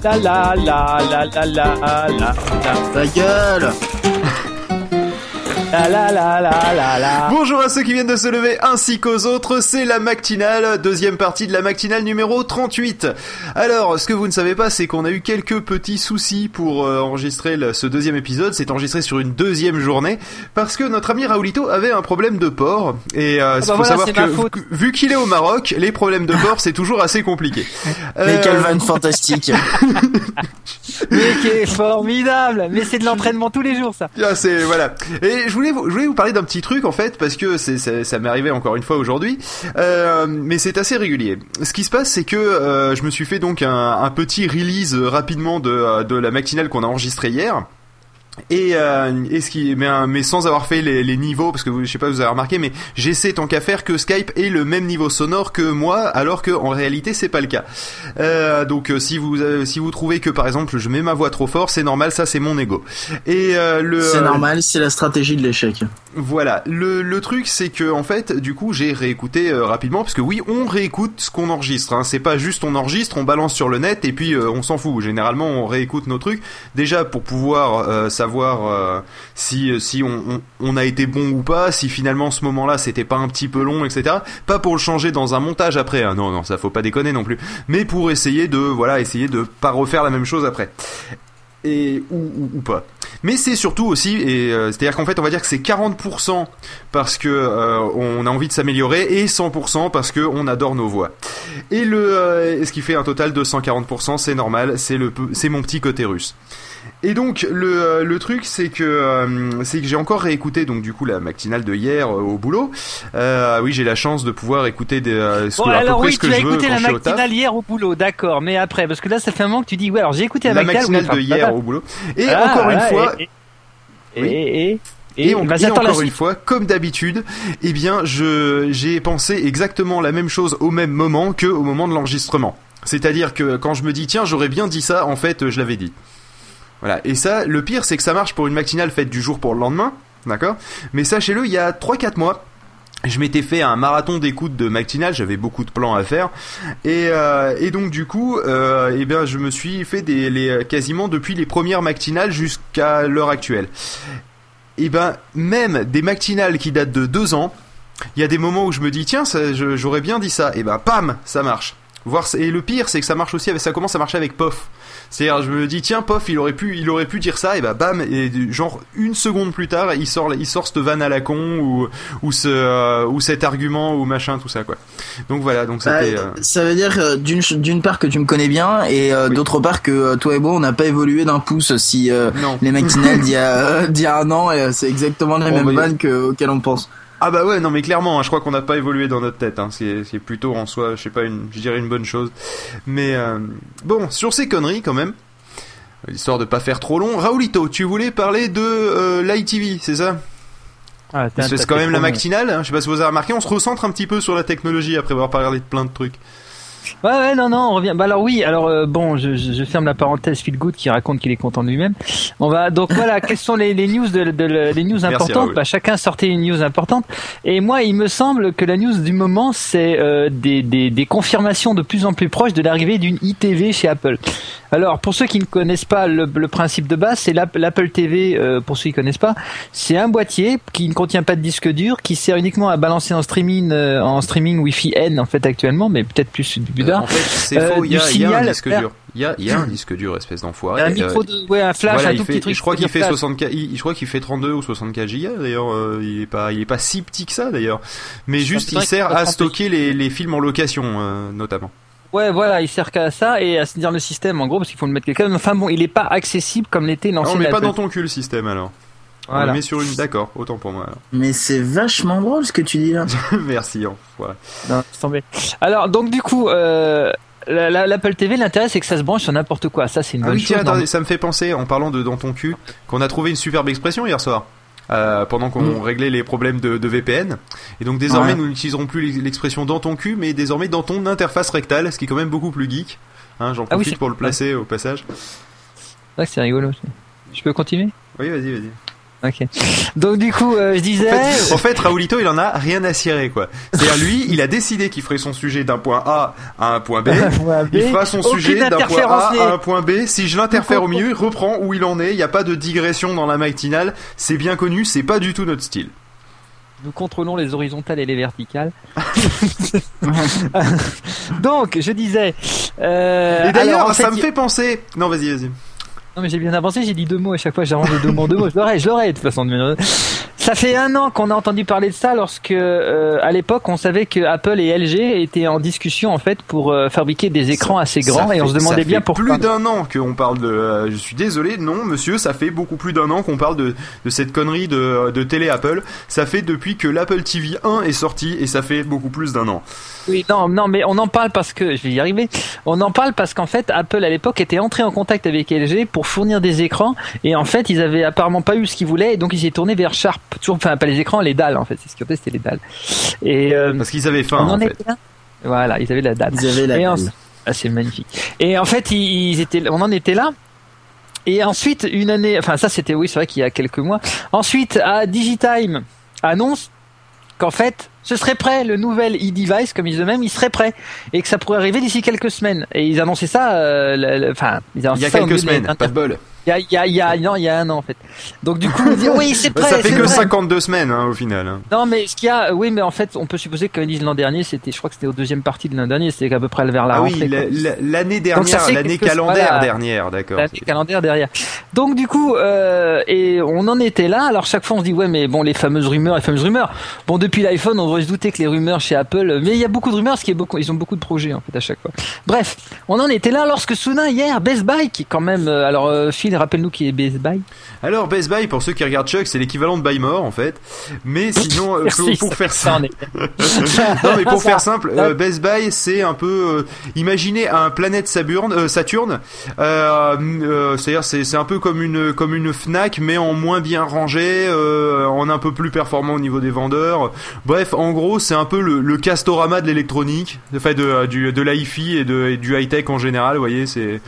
La la la la la la la. Ta gueule. La la la la la la. Bonjour à ceux qui viennent de se lever ainsi qu'aux autres, c'est la matinale, deuxième partie de la matinale numéro 38. Alors, ce que vous ne savez pas, c'est qu'on a eu quelques petits soucis pour enregistrer ce deuxième épisode. C'est enregistré sur une deuxième journée parce que notre ami Raoulito avait un problème de port. Et faut savoir que vu qu'il est au Maroc, les problèmes de port c'est toujours assez compliqué. Mais quelle vanne fantastique. Mais qui est formidable. Mais c'est de l'entraînement tous les jours ça. Ah, c'est voilà. Et je voulais vous parler d'un petit truc en fait parce que ça m'est arrivé encore une fois aujourd'hui, mais c'est assez régulier. Ce qui se passe, c'est que je me suis fait donc un petit release rapidement de la matinale qu'on a enregistrée hier. Et mais sans avoir fait les niveaux, parce que je sais pas si vous avez remarqué, mais j'essaie tant qu'à faire que Skype ait le même niveau sonore que moi, alors que en réalité c'est pas le cas. Donc si vous trouvez que par exemple je mets ma voix trop fort, c'est normal, ça c'est mon ego. Et c'est normal, c'est la stratégie de l'échec. Voilà, le truc c'est que en fait du coup j'ai réécouté rapidement, parce que oui, on réécoute ce qu'on enregistre, hein. C'est pas juste on enregistre, on balance sur le net et puis on s'en fout. Généralement on réécoute nos trucs déjà pour pouvoir savoir si on a été bon ou pas, si finalement ce moment-là c'était pas un petit peu long, etc. Pas pour le changer dans un montage après, hein. Non, ça faut pas déconner non plus, mais pour essayer de pas refaire la même chose après. Et ou pas. Mais c'est surtout aussi, c'est-à-dire qu'en fait on va dire que c'est 40% parce que on a envie de s'améliorer et 100% parce que on adore nos voix. Et ce qui fait un total de 140%, c'est normal, c'est mon petit côté russe. Et donc le truc c'est que j'ai encore réécouté donc du coup la matinale de hier au boulot. Oui, j'ai la chance de pouvoir écouter à peu près ce que je veux quand je suis au taf. Oui, tu as écouté la matinale hier au boulot, d'accord, mais après parce que là ça fait un moment que tu dis ouais, alors j'ai écouté la matinale de hier au boulot. Et encore une fois Et encore une fois, comme d'habitude, eh bien, j'ai pensé exactement la même chose au même moment que au moment de l'enregistrement. C'est-à-dire que quand je me dis tiens, j'aurais bien dit ça, en fait, je l'avais dit. Voilà. Et ça, le pire, c'est que ça marche pour une matinale faite du jour pour le lendemain, d'accord ? Mais sachez-le, il y a 3-4 mois, je m'étais fait un marathon d'écoute de matinale, j'avais beaucoup de plans à faire, et donc du coup, eh bien, je me suis fait quasiment depuis les premières matinales jusqu'à l'heure actuelle. Et ben, même des matinales qui datent de 2 ans, il y a des moments où je me dis tiens, j'aurais bien dit ça, et ben, pam, ça marche. Et le pire, c'est que ça marche aussi ça commence à marcher avec POF. C'est-à-dire, je me dis tiens, POF, il aurait pu dire ça, et bah bam, et genre une seconde plus tard, il sort cette vanne à la con ou cet argument ou machin, tout ça quoi. Donc voilà, donc c'était. Ça veut dire d'une part que tu me connais bien et oui. D'autre part que toi et moi on n'a pas évolué d'un pouce. Si les matinales d'il y a un an, c'est exactement les mêmes vannes auxquelles on pense. Ah bah ouais, non mais clairement, hein, je crois qu'on n'a pas évolué dans notre tête, hein. C'est plutôt en soi, je sais pas, je dirais une bonne chose. Mais bon, sur ces conneries quand même, histoire de pas faire trop long, Raoulito, tu voulais parler de l'ITV, c'est ça ? Parce que c'est quand même la matinale, hein, je sais pas si vous avez remarqué, on se recentre un petit peu sur la technologie après avoir parlé de plein de trucs. Ouais, non, on revient. Bah alors oui, bon, je ferme la parenthèse Feel Good qui raconte qu'il est content de lui-même. On va donc voilà, quelles sont les news les news importantes. Bah chacun sortait une news importante. Et moi, il me semble que la news du moment, c'est des confirmations de plus en plus proches de l'arrivée d'une ITV chez Apple. Alors pour ceux qui ne connaissent pas le principe de base, c'est l'Apple TV. Pour ceux qui connaissent pas, c'est un boîtier qui ne contient pas de disque dur, qui sert uniquement à balancer en streaming Wi-Fi N en fait actuellement, mais peut-être plus tard. En fait, c'est faux. Il y a un disque dur. Il y a un disque dur, espèce d'enfoiré. Un micro un flash, voilà, un tout petit truc. Je crois qu'il fait 64. Je crois qu'il fait 32 ou 64 gigas. D'ailleurs, il est pas si petit que ça d'ailleurs. Mais juste, il sert à stocker les films en location, notamment. Ouais, voilà, il sert qu'à ça et à se dire le système en gros parce qu'il faut le mettre quelque part. Enfin bon, il est pas accessible comme l'était l'ancien. On le met pas Apple. dans ton cul le système alors. Voilà. On le met sur une. D'accord, autant pour moi alors. Mais c'est vachement drôle ce que tu dis là. Merci, enfoiré. Non, c'est tombé. Alors donc du coup. L'Apple TV, l'intérêt c'est que ça se branche sur n'importe quoi. Ça c'est une bonne chose. Tiens, attendez, ça me fait penser en parlant de dans ton cul qu'on a trouvé une superbe expression hier soir. Pendant qu'on réglait les problèmes de VPN. Et donc désormais nous n'utiliserons plus l'expression dans ton cul, mais désormais dans ton interface rectale, ce qui est quand même beaucoup plus geek. Hein, j'en profite pour le placer au passage. Ouais, c'est rigolo. Je peux continuer ? Oui, vas-y. Ok. Donc du coup, je disais. En fait, Raoulito, il en a rien à cirer, quoi. C'est-à-dire lui, il a décidé qu'il ferait son sujet d'un point A à un point B. Il fera son sujet d'un point A à un point B. Si je l'interfère au milieu, il reprend où il en est. Il n'y a pas de digression dans la matinale. C'est bien connu. C'est pas du tout notre style. Nous contrôlons les horizontales et les verticales. Donc, je disais. Et d'ailleurs, en fait, ça me fait penser. Non, vas-y. Non mais j'ai bien avancé, j'ai dit 2 mots à chaque fois, j'arrange les 2 mots en 2 mots, je l'aurais de toute façon. Ça fait 1 an qu'on a entendu parler de ça lorsque à l'époque on savait que Apple et LG étaient en discussion en fait pour fabriquer des écrans assez grands et on se demandait bien pourquoi. Ça fait plus d'1 an qu'on parle de je suis désolé, non monsieur, ça fait beaucoup plus d'1 an qu'on parle de cette connerie de télé Apple. Ça fait depuis que l'Apple TV 1 est sorti et ça fait beaucoup plus d'1 an. Oui, non, mais on en parle parce que, je vais y arriver, on en parle parce qu'en fait, Apple à l'époque était entré en contact avec LG pour fournir des écrans, et en fait, ils avaient apparemment pas eu ce qu'ils voulaient, et donc ils s'est tourné vers Sharp. Toujours, enfin, pas les écrans, les dalles, en fait, c'est ce qu'ils ont fait, c'était les dalles. Et, parce qu'ils avaient faim, en fait. Voilà, ils avaient la dalle. Ils avaient la dalle. Ah, c'est magnifique. Et en fait, on en était là. Et ensuite, une année, enfin, ça c'était, oui, c'est vrai qu'il y a quelques mois. Ensuite, à Digitime, annonce qu'en fait, ce serait prêt, le nouvel e-device, comme ils disent eux-mêmes, il serait prêt. Et que ça pourrait arriver d'ici quelques semaines. Et ils annonçaient ça, il y a quelques semaines, pas de bol. Il y a 1 an, en fait. Donc, du coup, on dit, oui, c'est prêt. Ça fait que 52 semaines, hein, au final. Non, mais ce qu'il y a, oui, mais en fait, on peut supposer que, comme ils disent l'an dernier, je crois que c'était au deuxième partie de l'an dernier, c'était à peu près vers la rentrée. Ah oui, l'année dernière, l'année calendaire dernière, d'accord. L'année calendaire derrière. Donc, du coup, et on en était là. Alors, chaque fois, on se dit, ouais, mais bon, les fameuses rumeurs. Bon, depuis l'iPhone, on devrait se douter que les rumeurs chez Apple, mais il y a beaucoup de rumeurs, ils ont beaucoup de projets, en fait, à chaque fois. Bref, on en était là lorsque soudain, hier, Best Buy, qui quand même, Phil, rappelle-nous qui est Best Buy. Alors Best Buy, pour ceux qui regardent Chuck, c'est l'équivalent de Buy More en fait. Mais sinon, pour faire simple, non mais pour faire simple, Best Buy c'est un peu, imaginez un planète Saturne. C'est-à-dire c'est un peu comme une Fnac mais en moins bien rangé, en un peu plus performant au niveau des vendeurs. Bref, en gros c'est un peu le Castorama de l'électronique, enfin de l'hi-fi et du high tech en général. Vous voyez,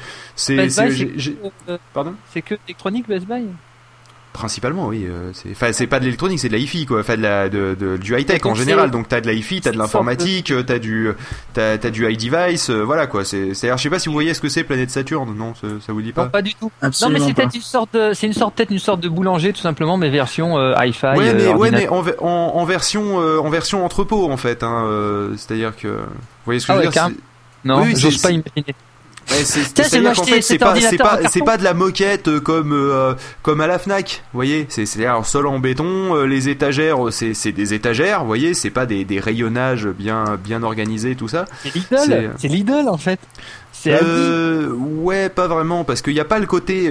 pardon. C'est que électronique Best Buy. Principalement, oui. C'est pas de l'électronique, c'est de la hi-fi, quoi. Enfin, du high-tech en général. Donc, t'as de la hi-fi, t'as de l'informatique, t'as du high device, voilà, quoi. C'est-à-dire, je sais pas si vous voyez ce que c'est Planète Saturne, non? Ça vous dit pas? Non, pas du tout. Absolument non, mais c'est peut-être une sorte de boulanger, tout simplement, mais version hi-fi. Ouais, mais en version entrepôt, en fait, hein. C'est-à-dire que, vous voyez ce que je veux dire? Non, oui, j'ose pas imaginer. C'est-à-dire qu'en fait c'est pas de la moquette comme à la Fnac, vous voyez, c'est un sol en béton, les étagères c'est des étagères, vous voyez, c'est pas des rayonnages bien organisés, tout ça. C'est Lidl en fait. Ouais, pas vraiment, parce qu'il y a pas le côté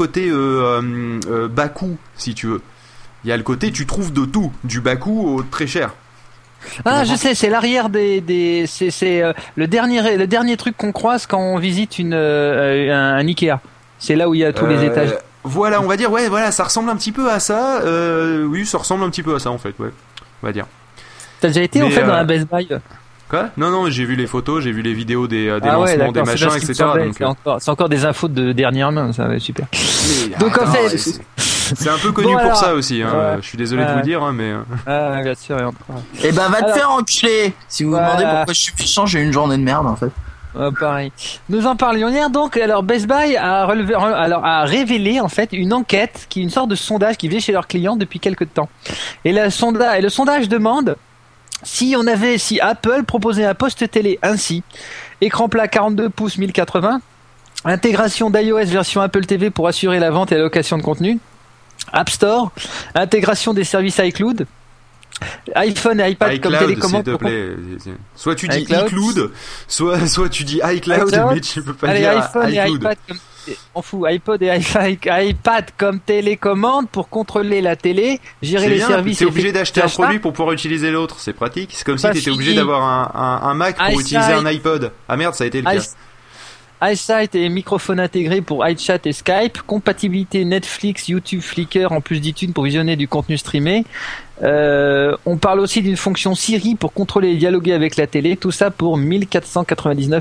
bas coût, si tu veux. Il y a le côté tu trouves de tout, du bas coût au très cher. Ah, je sais, c'est l'arrière c'est le dernier truc qu'on croise quand on visite un Ikea. C'est là où il y a tous les étages. Voilà, on va dire, ouais, voilà, ça ressemble un petit peu à ça. Oui, ça ressemble un petit peu à ça en fait, ouais. On va dire. T'as déjà été en fait dans la Best Buy? Quoi? Non, j'ai vu les photos, j'ai vu les vidéos des lancements, des machins, etc. C'est encore des infos de dernière main, ça va être super. Donc en fait, c'est un peu connu pour ça aussi, hein. Je suis désolé de vous dire, hein, mais. Ah, bien sûr. Eh ben, va te faire enculer. Si vous vous demandez pourquoi je suis méchant, j'ai eu une journée de merde en fait. Pareil. Nous en parlions hier, donc. Alors, Best Buy a révélé en fait une enquête, une sorte de sondage qu'ils faisaient chez leurs clients depuis quelques temps. Et le sondage demande si Apple proposait un poste télé ainsi: écran plat 42 pouces 1080, intégration d'iOS version Apple TV pour assurer la vente et la location de contenu, App Store, intégration des services iCloud, iPhone et iPad comme télécommande. S'il te plaît. Soit tu dis iCloud, soit tu dis iCloud, mais tu peux pas dire iPhone iCloud. Et iPad on fout iPod et iPad comme télécommande pour contrôler la télé, gérer les services. T'es obligé d'acheter un produit pour pouvoir utiliser l'autre, c'est pratique. C'est comme si t'étais obligé d'avoir un Mac pour utiliser un iPod. Ah merde, ça a été le cas. iSight et microphone intégré pour iChat et Skype, compatibilité Netflix, YouTube, Flickr en plus d'iTunes pour visionner du contenu streamé. On parle aussi d'une fonction Siri pour contrôler et dialoguer avec la télé, tout ça pour $1,499.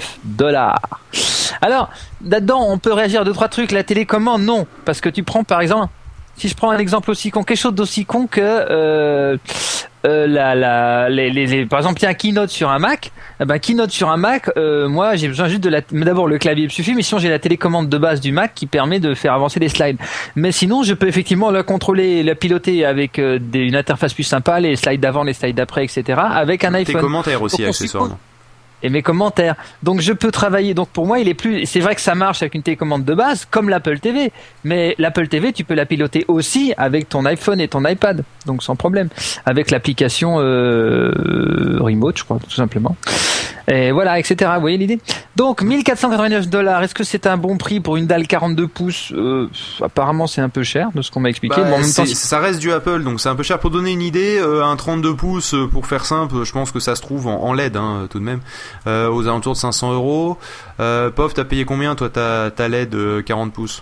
Alors, là-dedans, on peut réagir à 2-3 trucs. La télécommande, non, parce que tu prends par exemple si je prends un exemple aussi con, quelque chose d'aussi con que par exemple, il y a un Keynote sur un Mac. Keynote sur un Mac, moi, j'ai besoin juste mais d'abord le clavier me suffit, mais sinon j'ai la télécommande de base du Mac qui permet de faire avancer les slides. Mais sinon, je peux effectivement la contrôler, la piloter avec une interface plus sympa, les slides d'avant, les slides d'après, etc. avec un iPhone. Tes commentaires aussi, accessoirement. Et mes commentaires. Donc je peux travailler. Donc pour moi, c'est vrai que ça marche avec une télécommande de base, comme l'Apple TV. Mais l'Apple TV, tu peux la piloter aussi avec ton iPhone et ton iPad. Donc sans problème. Avec l'application Remote, je crois, tout simplement. Et voilà, etc. Vous voyez l'idée? Donc, $1,489. Est-ce que c'est un bon prix pour une dalle 42 pouces? Apparemment, c'est un peu cher, de ce qu'on m'a expliqué. Bon, en même temps, ça reste du Apple, donc c'est un peu cher. Pour donner une idée, un 32 pouces, pour faire simple, je pense que ça se trouve en LED, tout de même, aux alentours de 500 €. Pof, t'as payé combien, toi, ta LED 40 pouces?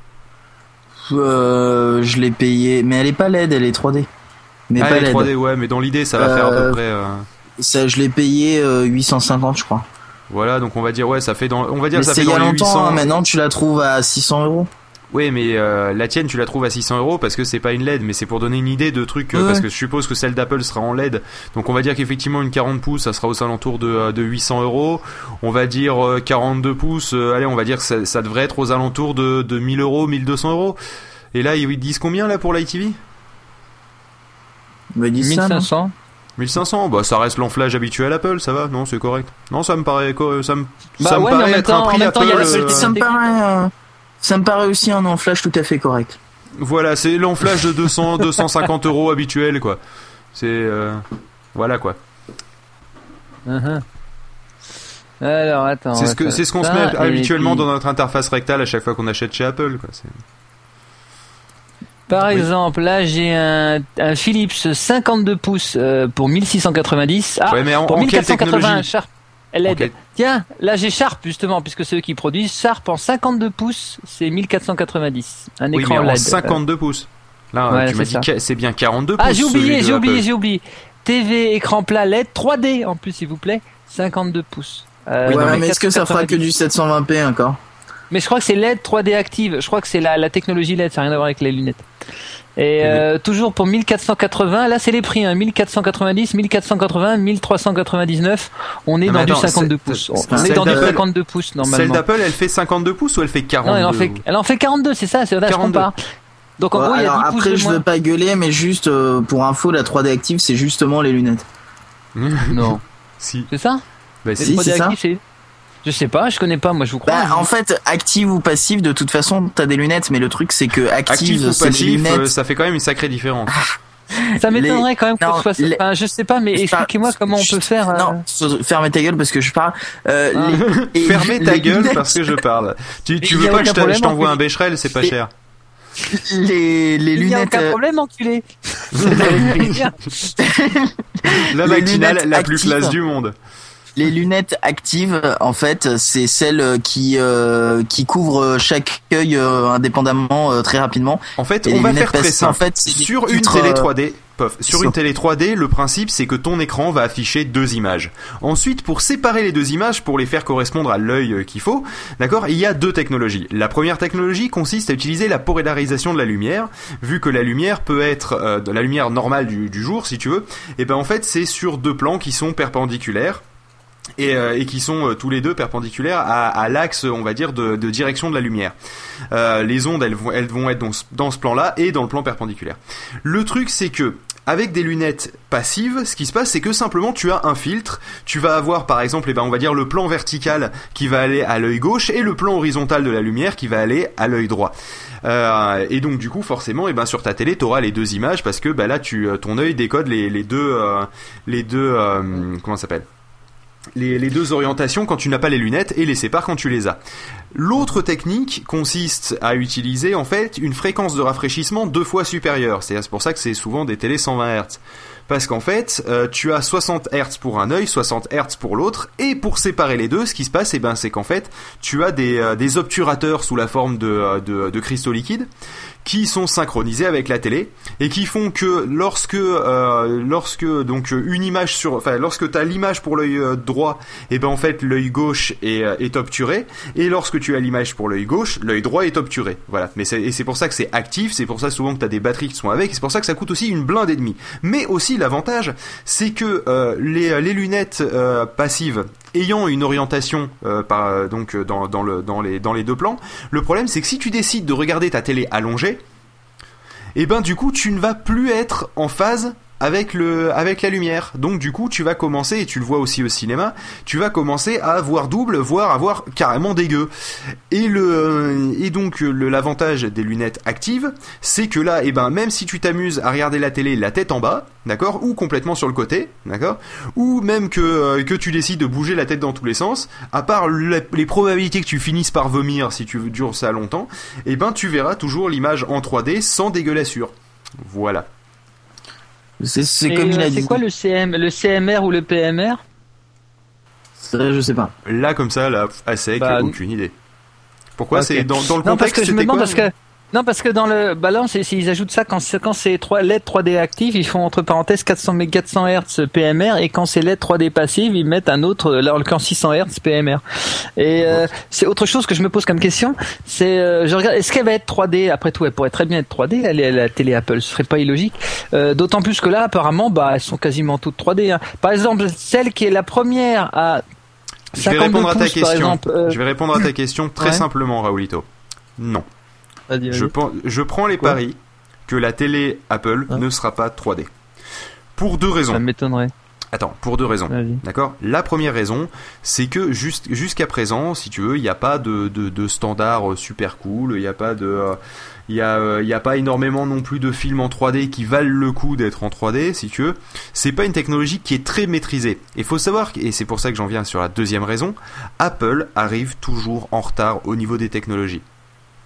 Je l'ai payé, mais elle est pas LED, elle est 3D. Mais pas elle est 3D, ouais, mais dans l'idée, ça va faire à peu près... Ça, je l'ai payé 850, je crois. Voilà, donc on va dire, ouais, ça fait on va dire, mais ça fait dans les 800. C'est il y a longtemps, maintenant tu la trouves à 600 €. Oui, mais la tienne, tu la trouves à 600 € parce que c'est pas une LED, mais c'est pour donner une idée de truc, parce que je suppose que celle d'Apple sera en LED. Donc on va dire qu'effectivement une 40 pouces, ça sera aux alentours de 800 €. On va dire 42 pouces, allez, on va dire que ça devrait être aux alentours de 1000 €, 1200 €. Et là, ils disent combien là pour l'iTV? 1500. 1500, bah ça reste l'enflage habituel Apple, ça va? Non, c'est correct. Non, ça me paraît paraît être un prix Apple. Ça me paraît aussi un enflage tout à fait correct. Voilà, c'est l'enflage de 250 € habituel, quoi. C'est voilà, quoi. Alors attends. C'est ce qu'on se met habituellement dans notre interface rectale à chaque fois qu'on achète chez Apple, quoi. Par exemple, là j'ai un Philips 52 pouces pour 1690. Ouais, mais pour 1480 Sharp LED. Okay. Tiens, là j'ai Sharp justement, puisque c'est eux qui produisent. Sharp en 52 pouces, c'est 1490. Un écran mais LED. En 52 pouces. Là, ouais, tu m'as dit que c'est bien 42 pouces. Ah, j'ai oublié. TV écran plat LED 3D en plus, s'il vous plaît. 52 pouces. Mais est-ce que ça fera que du 720p encore? Mais je crois que c'est LED 3D active. Je crois que c'est la technologie LED, ça n'a rien à voir avec les lunettes. Et toujours pour 1480, là c'est les prix, 1490, 1480, 1399. On est dans du 52 pouces. On est dans du 52 pouces normalement. Celle d'Apple, elle fait 52 pouces ou elle fait 42? Non, elle en fait 42, c'est ça, c'est vrai, je compare. Donc en gros, il y a 10 pouces après, de je moins. veux pas gueuler, mais juste pour info, la 3D active, c'est justement les lunettes. Non. Si. C'est ça? Bah si, c'est ça. Je sais pas, je connais pas, moi je vous crois. En fait, active ou passive, de toute façon, t'as des lunettes, mais le truc c'est que active ou passif, lunettes... ça fait quand même une sacrée différence. Ça m'étonnerait quand même que ce soit... Enfin, je sais pas, mais expliquez-moi comment on peut faire... Non, fermez ta gueule parce que je parle. Fermez ta gueule parce que je parle. Tu veux pas que je t'envoie un Becherel, c'est pas cher. Les lunettes... Il y a aucun problème, enculé. La matinale la plus classe du monde. Les lunettes actives, en fait, c'est celles qui couvrent chaque œil indépendamment très rapidement. En fait, on va faire très simple. En fait, sur une télé 3D, sur une télé 3D, le principe c'est que ton écran va afficher deux images. Ensuite, pour séparer les deux images, pour les faire correspondre à l'œil qu'il faut, d'accord, il y a deux technologies. La première technologie consiste à utiliser la polarisation de la lumière, vu que la lumière peut être de la lumière normale du jour, si tu veux. Et ben en fait, c'est sur deux plans qui sont perpendiculaires. Et qui sont tous les deux perpendiculaires à l'axe, on va dire, de direction de la lumière. Les ondes, elles vont être dans ce plan-là et dans le plan perpendiculaire. Le truc, c'est que avec des lunettes passives, ce qui se passe, c'est que simplement tu as un filtre. Tu vas avoir, par exemple, on va dire le plan vertical qui va aller à l'œil gauche et le plan horizontal de la lumière qui va aller à l'œil droit. Et donc du coup, forcément, sur ta télé, t'auras les deux images parce que là, ton œil décode les deux comment ça s'appelle? Les deux orientations quand tu n'as pas les lunettes et les sépare quand tu les as. L'autre technique consiste à utiliser en fait une fréquence de rafraîchissement 2 fois supérieure. C'est pour ça que c'est souvent des télés 120 Hz. Parce qu'en fait, tu as 60 Hz pour un œil, 60 Hz pour l'autre, et pour séparer les deux, ce qui se passe, c'est qu'en fait, tu as des obturateurs sous la forme de cristaux liquides qui sont synchronisés avec la télé et qui font que lorsque donc une image lorsque t'as l'image pour l'œil droit, en fait l'œil gauche est obturé, et lorsque tu as l'image pour l'œil gauche, l'œil droit est obturé. Voilà. Mais c'est pour ça que c'est actif, c'est pour ça souvent que t'as des batteries qui sont avec, et c'est pour ça que ça coûte aussi une blinde et demie. Mais aussi l'avantage, c'est que les lunettes passives ayant une orientation donc dans les deux plans, le problème c'est que si tu décides de regarder ta télé allongée, et ben du coup tu ne vas plus être en phase avec la lumière. Donc du coup tu vas commencer, et tu le vois aussi au cinéma, tu vas commencer à voir double, voire à voir carrément dégueu. Et donc l'avantage des lunettes actives, c'est que là, même si tu t'amuses à regarder la télé la tête en bas, d'accord, ou complètement sur le côté, d'accord, ou même que tu décides de bouger la tête dans tous les sens, à part les probabilités que tu finisses par vomir si tu dures ça longtemps, tu verras toujours l'image en 3D sans dégueulassure. Voilà. C'est comme il a dit. C'est quoi le CMR ou le PMR? Ça, je sais pas. Là, comme ça, à sec, aucune idée. Pourquoi? Okay. C'est dans le contexte? Non, parce que je me demande parce que dans le balance, ils ajoutent ça quand c'est LED 3D actif, ils font entre parenthèses 400 Hz PMR, et quand c'est LED 3D passive, ils mettent un autre, là en l'occurrence 600 Hz PMR. Et c'est autre chose que je me pose comme question, c'est je regarde, est-ce qu'elle va être 3D? Après tout, elle pourrait très bien être 3D, la télé Apple, ce serait pas illogique. D'autant plus que là, apparemment, elles sont quasiment toutes 3D. Hein. Par exemple, celle qui est la première à 52 pouces, par exemple. Je vais répondre à ta question très simplement, Raoulito. Non. Je prends les paris que la télé Apple ne sera pas 3D. Pour deux raisons. Ça m'étonnerait. Attends, pour deux raisons. Vas-y. D'accord ? La première raison, c'est que jusqu'à présent, si tu veux, il n'y a pas de standard super cool, il n'y a pas il y a pas énormément non plus de films en 3D qui valent le coup d'être en 3D, si tu veux. C'est pas une technologie qui est très maîtrisée. Et faut savoir, et c'est pour ça que j'en viens sur la deuxième raison, Apple arrive toujours en retard au niveau des technologies. D'accord ?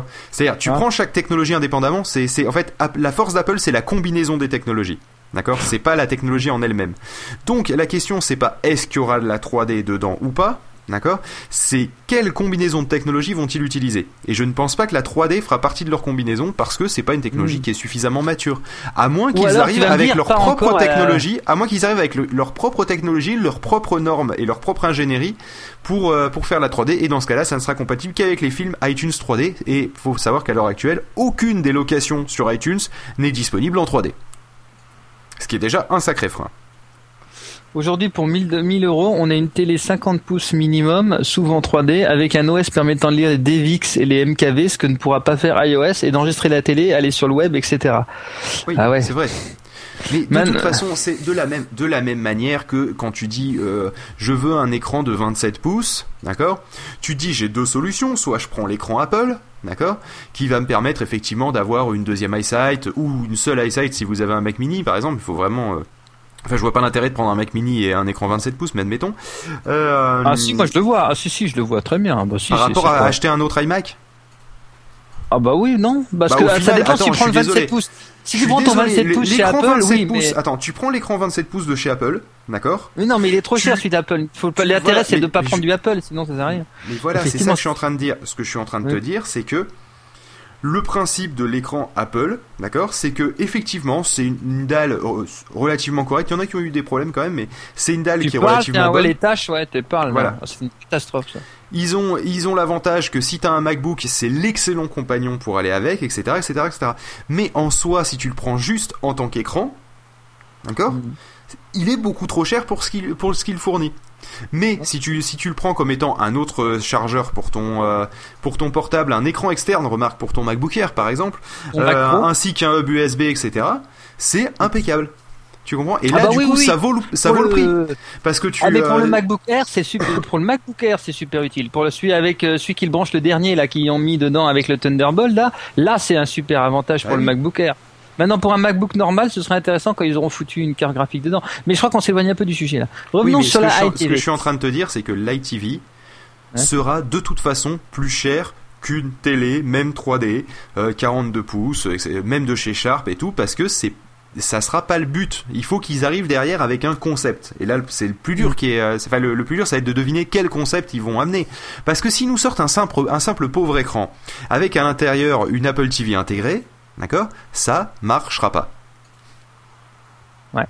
C'est-à-dire, tu prends chaque technologie indépendamment, c'est en fait, la force d'Apple, c'est la combinaison des technologies. D'accord ? C'est pas la technologie en elle-même. Donc, la question, c'est pas est-ce qu'il y aura de la 3D dedans ou pas ? D'accord ? C'est quelle combinaison de technologies vont-ils utiliser ? Et je ne pense pas que la 3D fera partie de leur combinaison, parce que c'est pas une technologie qui est suffisamment mature. À moins qu'ils arrivent avec leur propre technologie, leur propre technologie, leurs propres normes et leur propre ingénierie pour faire la 3D. Et dans ce cas-là, ça ne sera compatible qu'avec les films iTunes 3D. Et faut savoir qu'à l'heure actuelle, aucune des locations sur iTunes n'est disponible en 3D. Ce qui est déjà un sacré frein. Aujourd'hui, pour 1000 €, on a une télé 50 pouces minimum, souvent 3D, avec un OS permettant de lire les DVX et les MKV, ce que ne pourra pas faire iOS, et d'enregistrer la télé, aller sur le web, etc. Oui, c'est vrai. Mais de toute façon, c'est de la même manière que quand tu dis je veux un écran de 27 pouces, d'accord ? Tu dis j'ai deux solutions, soit je prends l'écran Apple, d'accord, qui va me permettre effectivement d'avoir une deuxième EyeSight ou une seule EyeSight si vous avez un Mac Mini par exemple, il faut vraiment Enfin, je vois pas l'intérêt de prendre un Mac Mini et un écran 27 pouces, mais admettons. Si, moi je le vois. Je le vois très bien. Par rapport à acheter un autre iMac ? Ah bah oui, non. Parce que ça dépend si tu prends le 27 pouces. Si tu prends ton 27 pouces chez Apple, oui, mais... Attends, tu prends l'écran 27 pouces de chez Apple, d'accord ? Oui, non, mais il est trop cher celui d'Apple. L'intérêt, c'est de pas prendre du Apple, sinon ça sert à rien. Mais voilà, c'est ça que je suis en train de dire. Ce que je suis en train de te dire, c'est que le principe de l'écran Apple, d'accord, c'est que effectivement c'est une dalle relativement correcte. Il y en a qui ont eu des problèmes quand même, mais c'est une dalle qui est relativement bonne. Les tâches, tu parles. Voilà. C'est une catastrophe ça. Ils ont l'avantage que si t'as un MacBook, c'est l'excellent compagnon pour aller avec, etc., etc., etc. Mais en soi, si tu le prends juste en tant qu'écran, d'accord, il est beaucoup trop cher pour ce qu'il fournit. Mais si tu le prends comme étant un autre chargeur pour ton portable, un écran externe, remarque pour ton MacBook Air par exemple, ainsi qu'un hub USB, etc., c'est impeccable. Tu comprends ? Et là, ça vaut le prix. Parce que mais pour le MacBook Air, c'est super. Pour le MacBook Air, c'est super utile. Pour celui qui le branche le dernier là, qu'ils ont mis dedans avec le Thunderbolt là, c'est un super avantage pour le MacBook Air. Maintenant, pour un MacBook normal, ce serait intéressant quand ils auront foutu une carte graphique dedans. Mais je crois qu'on s'éloigne un peu du sujet là. Revenons sur la iTV. Ce que je suis en train de te dire, c'est que l'iTV sera de toute façon plus cher qu'une télé, même 3D, 42 pouces, même de chez Sharp et tout, parce que ça sera pas le but. Il faut qu'ils arrivent derrière avec un concept. Et là, c'est le plus dur le plus dur, ça va être de deviner quel concept ils vont amener. Parce que s'ils nous sortent un simple pauvre écran avec à l'intérieur une Apple TV intégrée, d'accord, ça marchera pas. Ouais.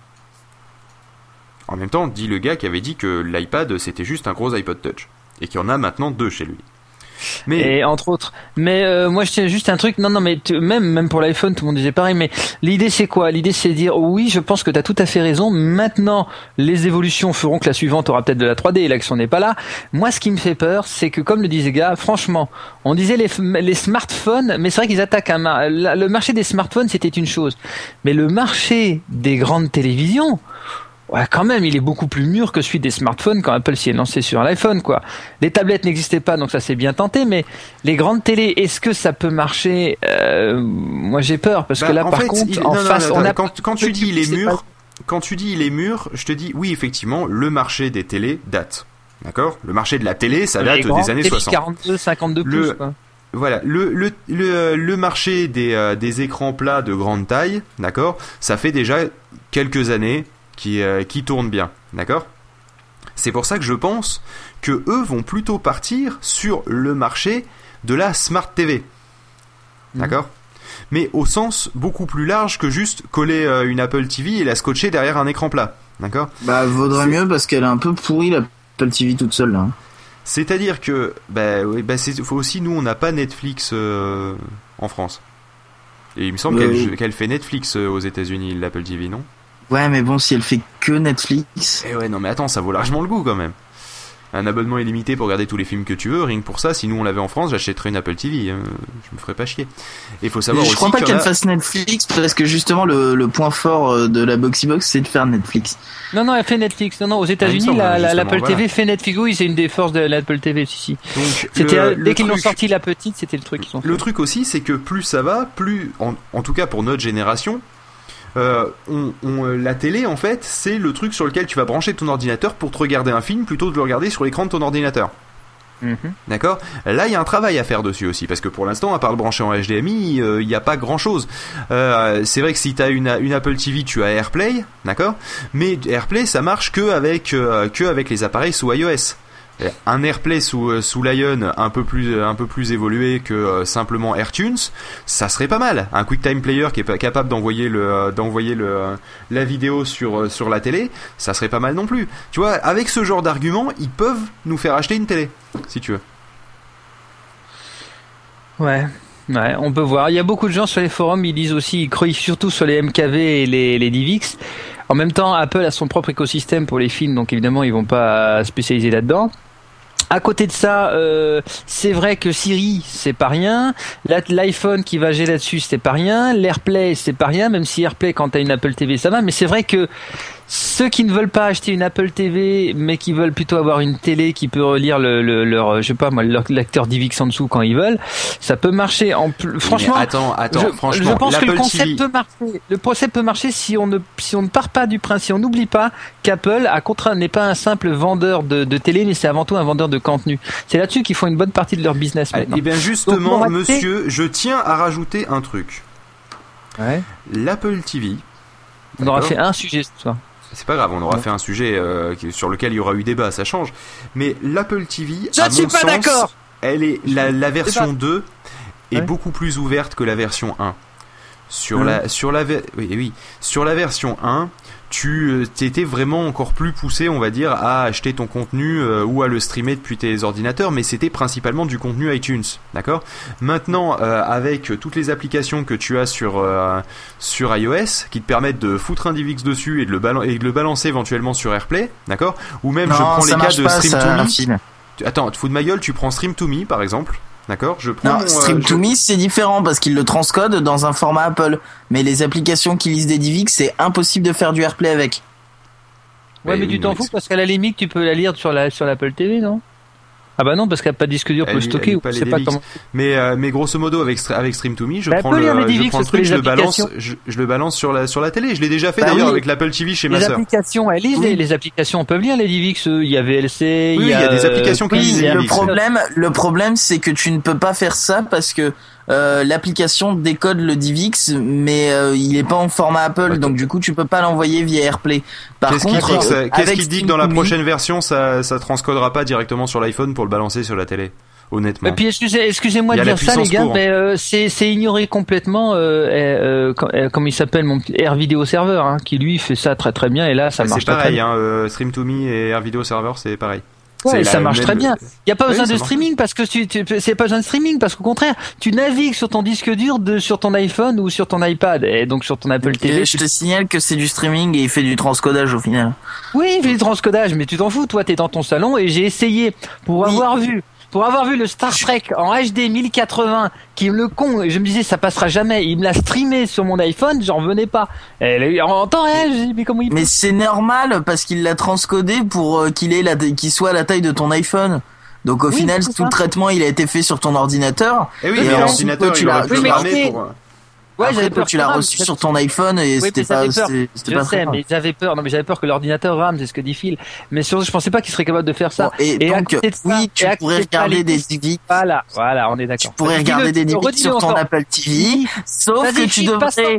En même temps, dit le gars qui avait dit que l'iPad c'était juste un gros iPod Touch et qu'il y en a maintenant deux chez lui. Et entre autres. Mais moi je tiens juste un truc. Non, mais même pour l'iPhone, tout le monde disait pareil. Mais l'idée c'est quoi? L'idée c'est de dire oui, je pense que tu as tout à fait raison. Maintenant, les évolutions feront que la suivante aura peut-être de la 3D et l'action n'est pas là. Moi, ce qui me fait peur, c'est que comme le disait gars, franchement, on disait les smartphones, mais c'est vrai qu'ils attaquent le marché des smartphones, c'était une chose. Mais le marché des grandes télévisions, ouais, quand même, il est beaucoup plus mûr que celui des smartphones quand Apple s'y est lancé sur l'iPhone, quoi. Les tablettes n'existaient pas, donc ça s'est bien tenté, mais les grandes télés, est-ce que ça peut marcher? Moi, j'ai peur, parce que là, par contre, en face, on a... Quand tu dis il est mûr, je te dis, oui, effectivement, le marché des télés date. D'accord? Le marché de la télé, ça date des années 60. 42, 52 pouces, quoi. Voilà, le marché des écrans plats de grande taille, d'accord, ça fait déjà quelques années qui tournent bien, d'accord. C'est pour ça que je pense que eux vont plutôt partir sur le marché de la Smart TV, d'accord, mais au sens beaucoup plus large que juste coller une Apple TV et la scotcher derrière un écran plat, d'accord. Bah vaudrait mieux parce qu'elle est un peu pourrie l'Apple TV toute seule là. C'est-à-dire que, faut aussi, nous, on n'a pas Netflix en France. Et il me semble qu'elle fait Netflix aux États-Unis, l'Apple TV, non? Ouais, mais bon, si elle fait que Netflix. Eh ouais, non, mais attends, ça vaut largement le coup quand même. Un abonnement illimité pour regarder tous les films que tu veux, rien que pour ça, si nous on l'avait en France, j'achèterais une Apple TV, je me ferais pas chier. Et il faut savoir aussi. Je crois pas qu'elle fasse Netflix parce que justement le point fort de la Boxybox c'est de faire Netflix. Non, elle fait Netflix. Non, aux États-Unis, l'Apple TV fait Netflix. Oui, c'est une des forces de l'Apple TV, si. Donc, dès qu'ils l'ont sorti la petite, c'était le truc qu'ils ont fait. Le truc aussi, c'est que plus ça va, plus, en tout cas pour notre génération, la télé en fait c'est le truc sur lequel tu vas brancher ton ordinateur pour te regarder un film plutôt que de le regarder sur l'écran de ton ordinateur. D'accord. Là il y a un travail à faire dessus aussi parce que pour l'instant à part le brancher en HDMI il n'y a pas grand chose. C'est vrai que si tu as une Apple TV tu as AirPlay, d'accord, mais AirPlay ça marche que avec les appareils sous iOS. Un AirPlay sous Lion un peu plus évolué que simplement AirTunes, ça serait pas mal. Un QuickTime Player qui est capable d'envoyer la vidéo sur la télé, ça serait pas mal non plus. Tu vois, avec ce genre d'argument, ils peuvent nous faire acheter une télé, si tu veux. Ouais, on peut voir. Il y a beaucoup de gens sur les forums, ils disent aussi, ils croient surtout sur les MKV et les DivX. En même temps, Apple a son propre écosystème pour les films, donc évidemment, ils vont pas spécialiser là-dedans. À côté de ça, c'est vrai que Siri, c'est pas rien. L'iPhone qui va gérer là-dessus, c'est pas rien. l'AirPlay, c'est pas rien. Même si AirPlay, quand t'as une Apple TV, ça va. Mais c'est vrai que ceux qui ne veulent pas acheter une Apple TV, mais qui veulent plutôt avoir une télé qui peut relire leur, je sais pas moi, leur lecteur DivX en dessous quand ils veulent, ça peut marcher. Franchement, franchement, je pense que le concept TV... peut marcher. Le concept peut marcher si on ne part pas du principe, si on n'oublie pas qu'Apple n'est pas un simple vendeur de télé, mais c'est avant tout un vendeur de contenu. C'est là-dessus qu'ils font une bonne partie de leur business maintenant. Et bien justement, donc, monsieur, je tiens à rajouter un truc. Ouais. L'Apple TV. On aura fait un sujet ce soir. C'est pas grave, on aura fait un sujet sur lequel il y aura eu débat, ça change. Mais l'Apple TV, à mon sens, d'accord. Elle est la version 2 est beaucoup plus ouverte que la version 1. Sur la version 1, tu étais vraiment encore plus poussé, on va dire, à acheter ton contenu ou à le streamer depuis tes ordinateurs, mais c'était principalement du contenu iTunes, d'accord. Maintenant, avec toutes les applications que tu as sur iOS, qui te permettent de foutre un DivX dessus et de le balancer éventuellement sur AirPlay, d'accord, ou même je prends les cas de Stream2Me. Attends, tu te fous de ma gueule, tu prends Stream2Me par exemple. D'accord, Stream2Me c'est différent parce qu'il le transcode dans un format Apple. Mais les applications qui lisent des DivX, c'est impossible de faire du AirPlay avec. Ouais, mais tu t'en fous parce qu'à la limite tu peux la lire sur l'Apple TV, non? Ah bah non, parce qu'il n'y a pas de disque dur pour le stocker ou je sais pas comment. Mais grosso modo avec Stream2Me, je prends le truc, je le balance sur la télé. Je l'ai déjà fait d'ailleurs avec l'Apple TV chez ma sœur. Les applications, elles lisent les applications, peuvent lire les DivX. Il y a VLC, il y a des applications qui lisent les DivX. Le problème, c'est que tu ne peux pas faire ça parce que l'application décode le DivX, mais il est pas en format Apple, donc du coup tu peux pas l'envoyer via AirPlay. Qu'est-ce qui dit que dans la prochaine version ça transcodera pas directement sur l'iPhone pour le balancer sur la télé? Honnêtement. Et puis excusez-moi de dire ça les gars, mais c'est ignoré complètement comme il s'appelle mon petit Air Video Server, hein, qui lui fait ça très très bien et là ça marche. C'est pareil, Stream2Me et Air Video Server c'est pareil. Ouais, ça marche très bien. Il y a pas besoin de streaming parce que c'est pas besoin de streaming parce qu'au contraire, tu navigues sur ton disque dur sur ton iPhone ou sur ton iPad et donc sur ton Apple TV. Je te signale que c'est du streaming et il fait du transcodage au final. Oui, il fait du transcodage, mais tu t'en fous, toi t'es dans ton salon et j'ai essayé pour avoir vu le Star Trek en HD 1080 qui est le con, et je me disais ça passera jamais, il me l'a streamé sur mon iPhone, j'en revenais pas. Et en temps réel, je dis mais comment il peut? Mais c'est normal parce qu'il l'a transcodé pour qu'il soit à la taille de ton iPhone. Donc au final, tout le traitement il a été fait sur ton ordinateur. Et oui, mais l'ordinateur il aurait pu le ramener pour... Ouais, j'avais peur. Tu l'as reçu sur ton iPhone et c'était pas. Je sais, mais j'avais peur. Non, mais j'avais peur que l'ordinateur rame, c'est ce que dit Phil. Mais surtout, je pensais pas qu'il serait capable de faire ça. Bon, et donc, oui, tu pourrais regarder des DVX. Voilà, on est d'accord. Tu pourrais regarder des DVX sur ton Apple TV, sauf que tu devrais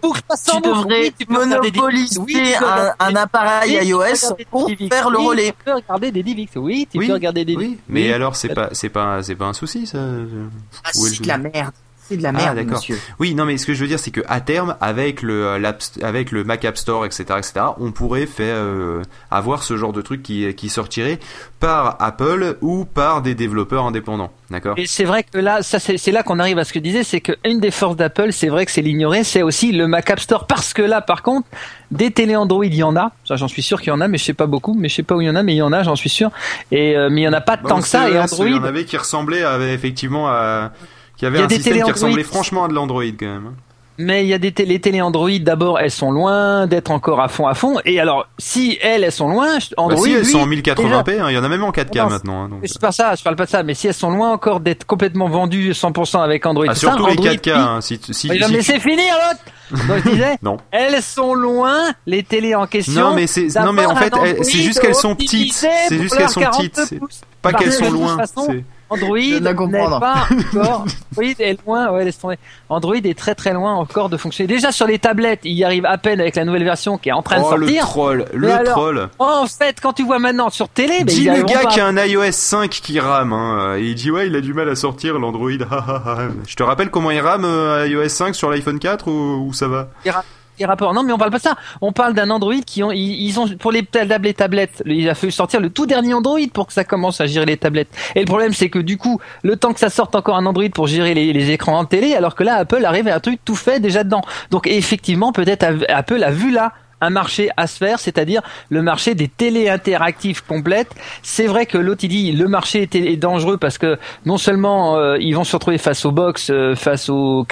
monopoliser un appareil iOS pour faire le relais. Tu peux regarder des DVX. Oui, tu peux regarder des DVX. Mais alors, c'est pas un souci, ça. C'est de la merde. C'est de la merde, d'accord. Monsieur. Oui, non, mais ce que je veux dire, c'est que à terme, avec le Mac App Store, etc., on pourrait avoir ce genre de truc qui sortirait par Apple ou par des développeurs indépendants, d'accord. Et c'est vrai que là, c'est là qu'on arrive à ce que je disais, c'est qu'une des forces d'Apple, c'est vrai que c'est l'ignorer, c'est aussi le Mac App Store, parce que là, par contre, des télé Android, il y en a. Ça, j'en suis sûr qu'il y en a, mais je sais pas beaucoup, mais je sais pas où il y en a, mais il y en a, j'en suis sûr. Et mais il y en a pas tant que ça. Et Android, il y en avait qui ressemblaient effectivement à Il y avait un système qui ressemblait franchement à de l'Android quand même. Mais il y a les télé Android, d'abord, elles sont loin d'être encore à fond. Et alors, si elles sont loin, Android, si elles sont en 1080p, il y y en a même en 4K maintenant. Donc... C'est pas ça, je parle pas de ça. Mais si elles sont loin encore d'être complètement vendues 100% avec Android, surtout les 4K. Il va me laisser finir l'autre. Donc je disais, non. Elles sont loin, les télés en question. Non, mais en fait, c'est juste qu'elles sont petites. C'est juste qu'elles sont petites. Pas qu'elles sont loin. Android n'est pas encore. Android est loin, laisse tomber. Android est très très loin encore de fonctionner. Déjà sur les tablettes, il y arrive à peine avec la nouvelle version qui est en train de sortir. Le troll. En fait, quand tu vois maintenant sur télé, dis le gars qui a un iOS 5 qui rame, et il dit il a du mal à sortir l'Android. Je te rappelle comment il rame iOS 5 sur l'iPhone 4 ou ça va? Rapport. Non, mais on parle pas de ça. On parle d'un Android ils ont pour les tablettes, il a fallu sortir le tout dernier Android pour que ça commence à gérer les tablettes. Et le problème, c'est que du coup, le temps que ça sorte encore un Android pour gérer les écrans en télé, alors que là, Apple arrive à un truc tout fait déjà dedans. Donc, effectivement, peut-être Apple a vu là un marché à se faire, c'est-à-dire le marché des télé interactives complètes. C'est vrai que l'autre il dit le marché est dangereux parce que non seulement ils vont se retrouver face aux box, face au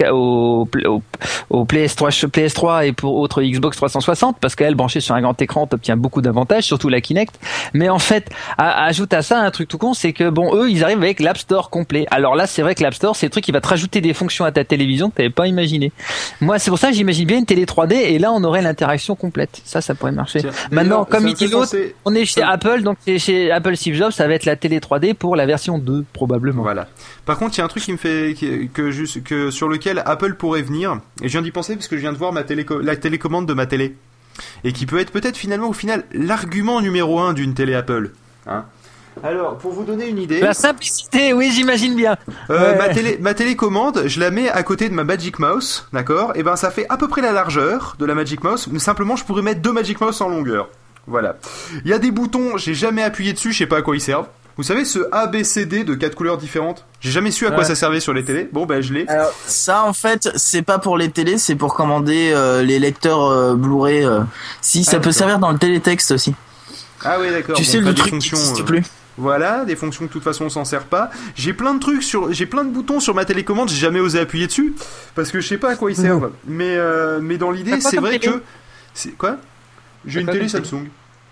PS3 et pour autres Xbox 360 parce qu'elle branchée sur un grand écran t'obtient beaucoup d'avantages, surtout la Kinect. Mais en fait, ajoute à ça un truc tout con, c'est que eux ils arrivent avec l'App Store complet. Alors là c'est vrai que l'App Store c'est le truc qui va te rajouter des fonctions à ta télévision que t'avais pas imaginé. Moi c'est pour ça que j'imagine bien une télé 3D et là on aurait l'interaction complète. Ça pourrait marcher. Tiens, maintenant, comme il dit l'autre, on est chez Apple, donc c'est chez Apple Steve Jobs, ça va être la télé 3D pour la version 2, probablement. Voilà. Par contre, il y a un truc qui me fait, sur lequel Apple pourrait venir, et je viens d'y penser parce que je viens de voir la télécommande de ma télé. Et qui peut être peut-être finalement, au final, l'argument numéro 1 d'une télé Apple. Hein. Alors, pour vous donner une idée... La simplicité, oui, j'imagine bien. Ma télécommande, je la mets à côté de ma Magic Mouse, d'accord? Et ça fait à peu près la largeur de la Magic Mouse, mais simplement, je pourrais mettre 2 Magic Mouse en longueur. Voilà. Il y a des boutons, j'ai jamais appuyé dessus, je sais pas à quoi ils servent. Vous savez, ce A, B, C, D de 4 couleurs différentes? J'ai jamais su à quoi ça servait sur les télés. Bon, je l'ai. Alors, ça, en fait, c'est pas pour les télés, c'est pour commander les lecteurs Blu-ray. Ça peut servir dans le télétexte aussi. Ah oui, d'accord. Tu sais, le truc qui n'existe plus. Voilà, des fonctions que de toute façon on s'en sert pas. J'ai plein de boutons sur ma télécommande, j'ai jamais osé appuyer dessus parce que je sais pas à quoi ils servent. Mais dans l'idée, c'est vrai que c'est quoi? J'ai une télé Samsung.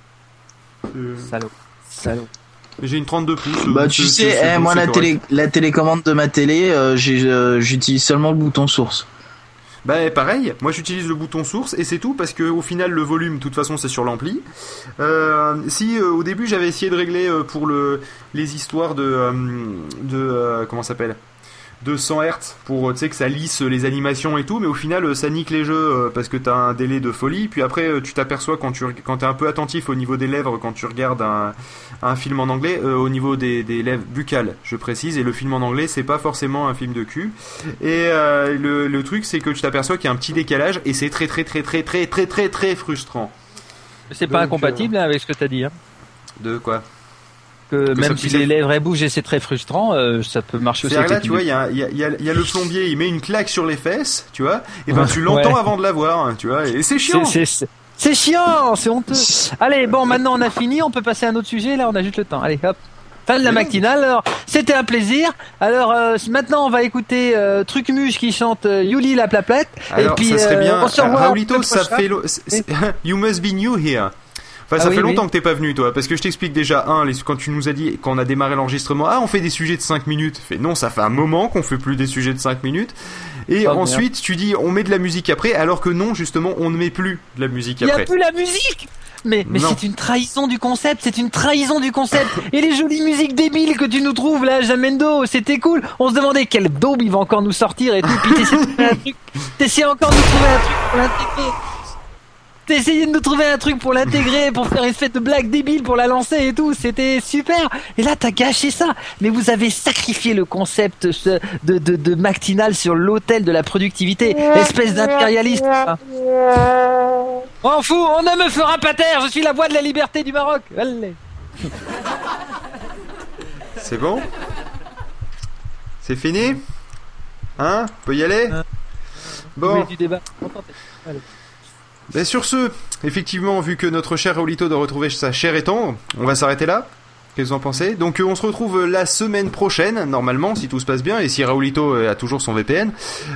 Salaud. J'ai une 32 pouces. Tu sais, moi la télécommande de ma télé, j'utilise seulement le bouton source. Pareil, moi j'utilise le bouton source et c'est tout parce que au final le volume de toute façon c'est sur l'ampli. Au début j'avais essayé de régler pour les histoires de comment ça s'appelle, de 100 Hz pour que ça lisse les animations et tout, mais au final ça nique les jeux parce que t'as un délai de folie. Puis après tu t'aperçois quand t'es un peu attentif au niveau des lèvres quand tu regardes un film en anglais, au niveau des lèvres buccales je précise, et le film en anglais c'est pas forcément un film de cul, et le truc c'est que tu t'aperçois qu'il y a un petit décalage et c'est très très très très très très très très frustrant. C'est pas incompatible avec ce que t'as dit, hein. De quoi? que même si les lèvres bougent et c'est très frustrant, ça peut marcher aussi. C'est là, tu vois, il y a le plombier, il met une claque sur les fesses, tu vois, et ben tu l'entends avant de la voir, tu vois, et c'est chiant. C'est chiant, c'est honteux. Allez, bon, maintenant on a fini, on peut passer à un autre sujet, là on a juste le temps. Allez, hop. Fin de la matinale. Alors, c'était un plaisir. Alors, maintenant, on va écouter Trucmuche qui chante Yuli la plaplette. Alors, et puis, ça serait bien. On se revoit. Raoulito, ça fait. You must be new here. Enfin, ça fait longtemps que t'es pas venu, toi, parce que je t'explique déjà, quand tu nous as dit, quand on a démarré l'enregistrement, on fait des sujets de 5 minutes. Non, ça fait un moment qu'on fait plus des sujets de 5 minutes. Et ensuite, tu dis, on met de la musique après, alors que non, justement, on ne met plus de la musique après. Il y a plus la musique! Mais c'est une trahison du concept, Et les jolies musiques débiles que tu nous trouves là, Jamendo, c'était cool. On se demandait quel daube il va encore nous sortir et tout. Puis t'essayais encore de nous trouver un truc pour l'intégrer. T'essayais de nous trouver un truc pour l'intégrer, pour faire une fête de blague débile, pour la lancer et tout. C'était super. Et là, t'as gâché ça. Mais vous avez sacrifié le concept de Mactinal sur l'autel de la productivité. Espèce d'impérialiste. On fout, on ne me fera pas taire. Je suis la voix de la liberté du Maroc. Allez. C'est bon? C'est fini? Hein? Peut y aller? Bon. Du débat. Ben sur ce, effectivement, vu que notre cher Raoulito doit retrouver sa chair et tendre, on va s'arrêter là. Qu'est-ce que vous en pensez? Donc on se retrouve la semaine prochaine, normalement, si tout se passe bien, et si Raoulito a toujours son VPN,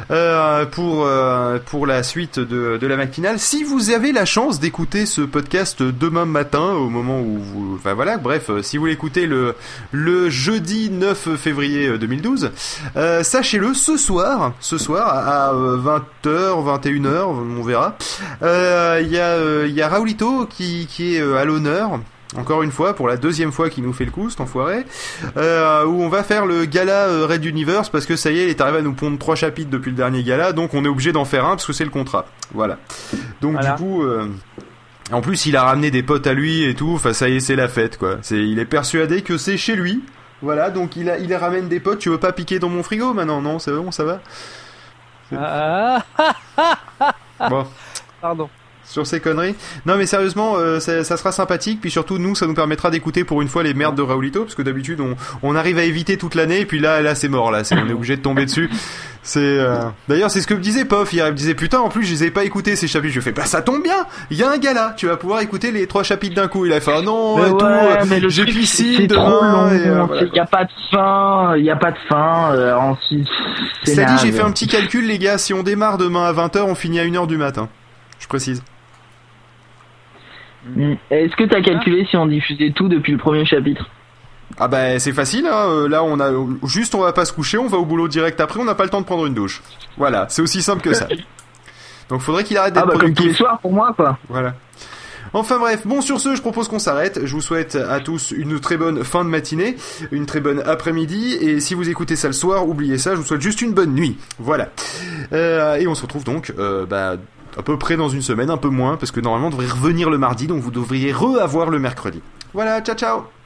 pour la suite de la matinale. Si vous avez la chance d'écouter ce podcast demain matin, au moment où vous... Enfin voilà, bref, si vous l'écoutez le jeudi 9 février 2012, sachez-le, ce soir à 20h, 21h, on verra, il y a Raoulito qui est à l'honneur. Encore une fois, pour la deuxième fois qu'il nous fait le coup, cet enfoiré, où on va faire le gala Red Universe, parce que ça y est, il est arrivé à nous pondre 3 chapitres depuis le dernier gala, donc on est obligé d'en faire un, parce que c'est le contrat. Voilà. Donc du coup, en plus il a ramené des potes à lui et tout, enfin ça y est, c'est la fête, quoi. Il est persuadé que c'est chez lui. Voilà, donc il ramène des potes, tu veux pas piquer dans mon frigo maintenant? Non, c'est bon, ça va? Bon. Pardon. Sur ces conneries. Non mais sérieusement, ça sera sympathique, puis surtout nous ça nous permettra d'écouter pour une fois les merdes de Raoulito, parce que d'habitude on arrive à éviter toute l'année, et puis là c'est mort, là on est obligé de tomber dessus. D'ailleurs c'est ce que me disait Pof hier, il me disait putain en plus je les ai pas écoutés ces chapitres, je fais bah ça tombe bien, il y a un gars là, tu vas pouvoir écouter les 3 chapitres d'un coup. Il a fait ah non mais et tout, j'ai piscine demain, il y a pas de fin, ensuite ça dit, j'ai fait un petit calcul les gars, si on démarre demain à 20h, on finit à 1h du matin. Je précise. Est-ce que t'as calculé si on diffusait tout depuis le premier chapitre? Ah bah c'est facile, hein. Là on va pas se coucher, on va au boulot direct après, on n'a pas le temps de prendre une douche. Voilà, c'est aussi simple que ça. Donc faudrait qu'il arrête d'être productif. Comme tous les soirs pour moi quoi. Voilà. Enfin bref, bon sur ce je propose qu'on s'arrête. Je vous souhaite à tous une très bonne fin de matinée, une très bonne après-midi, et si vous écoutez ça le soir, oubliez ça, je vous souhaite juste une bonne nuit. Voilà. Et on se retrouve donc à peu près dans une semaine, un peu moins, parce que normalement on devrait revenir le mardi, donc vous devriez avoir le mercredi. Voilà, ciao ciao.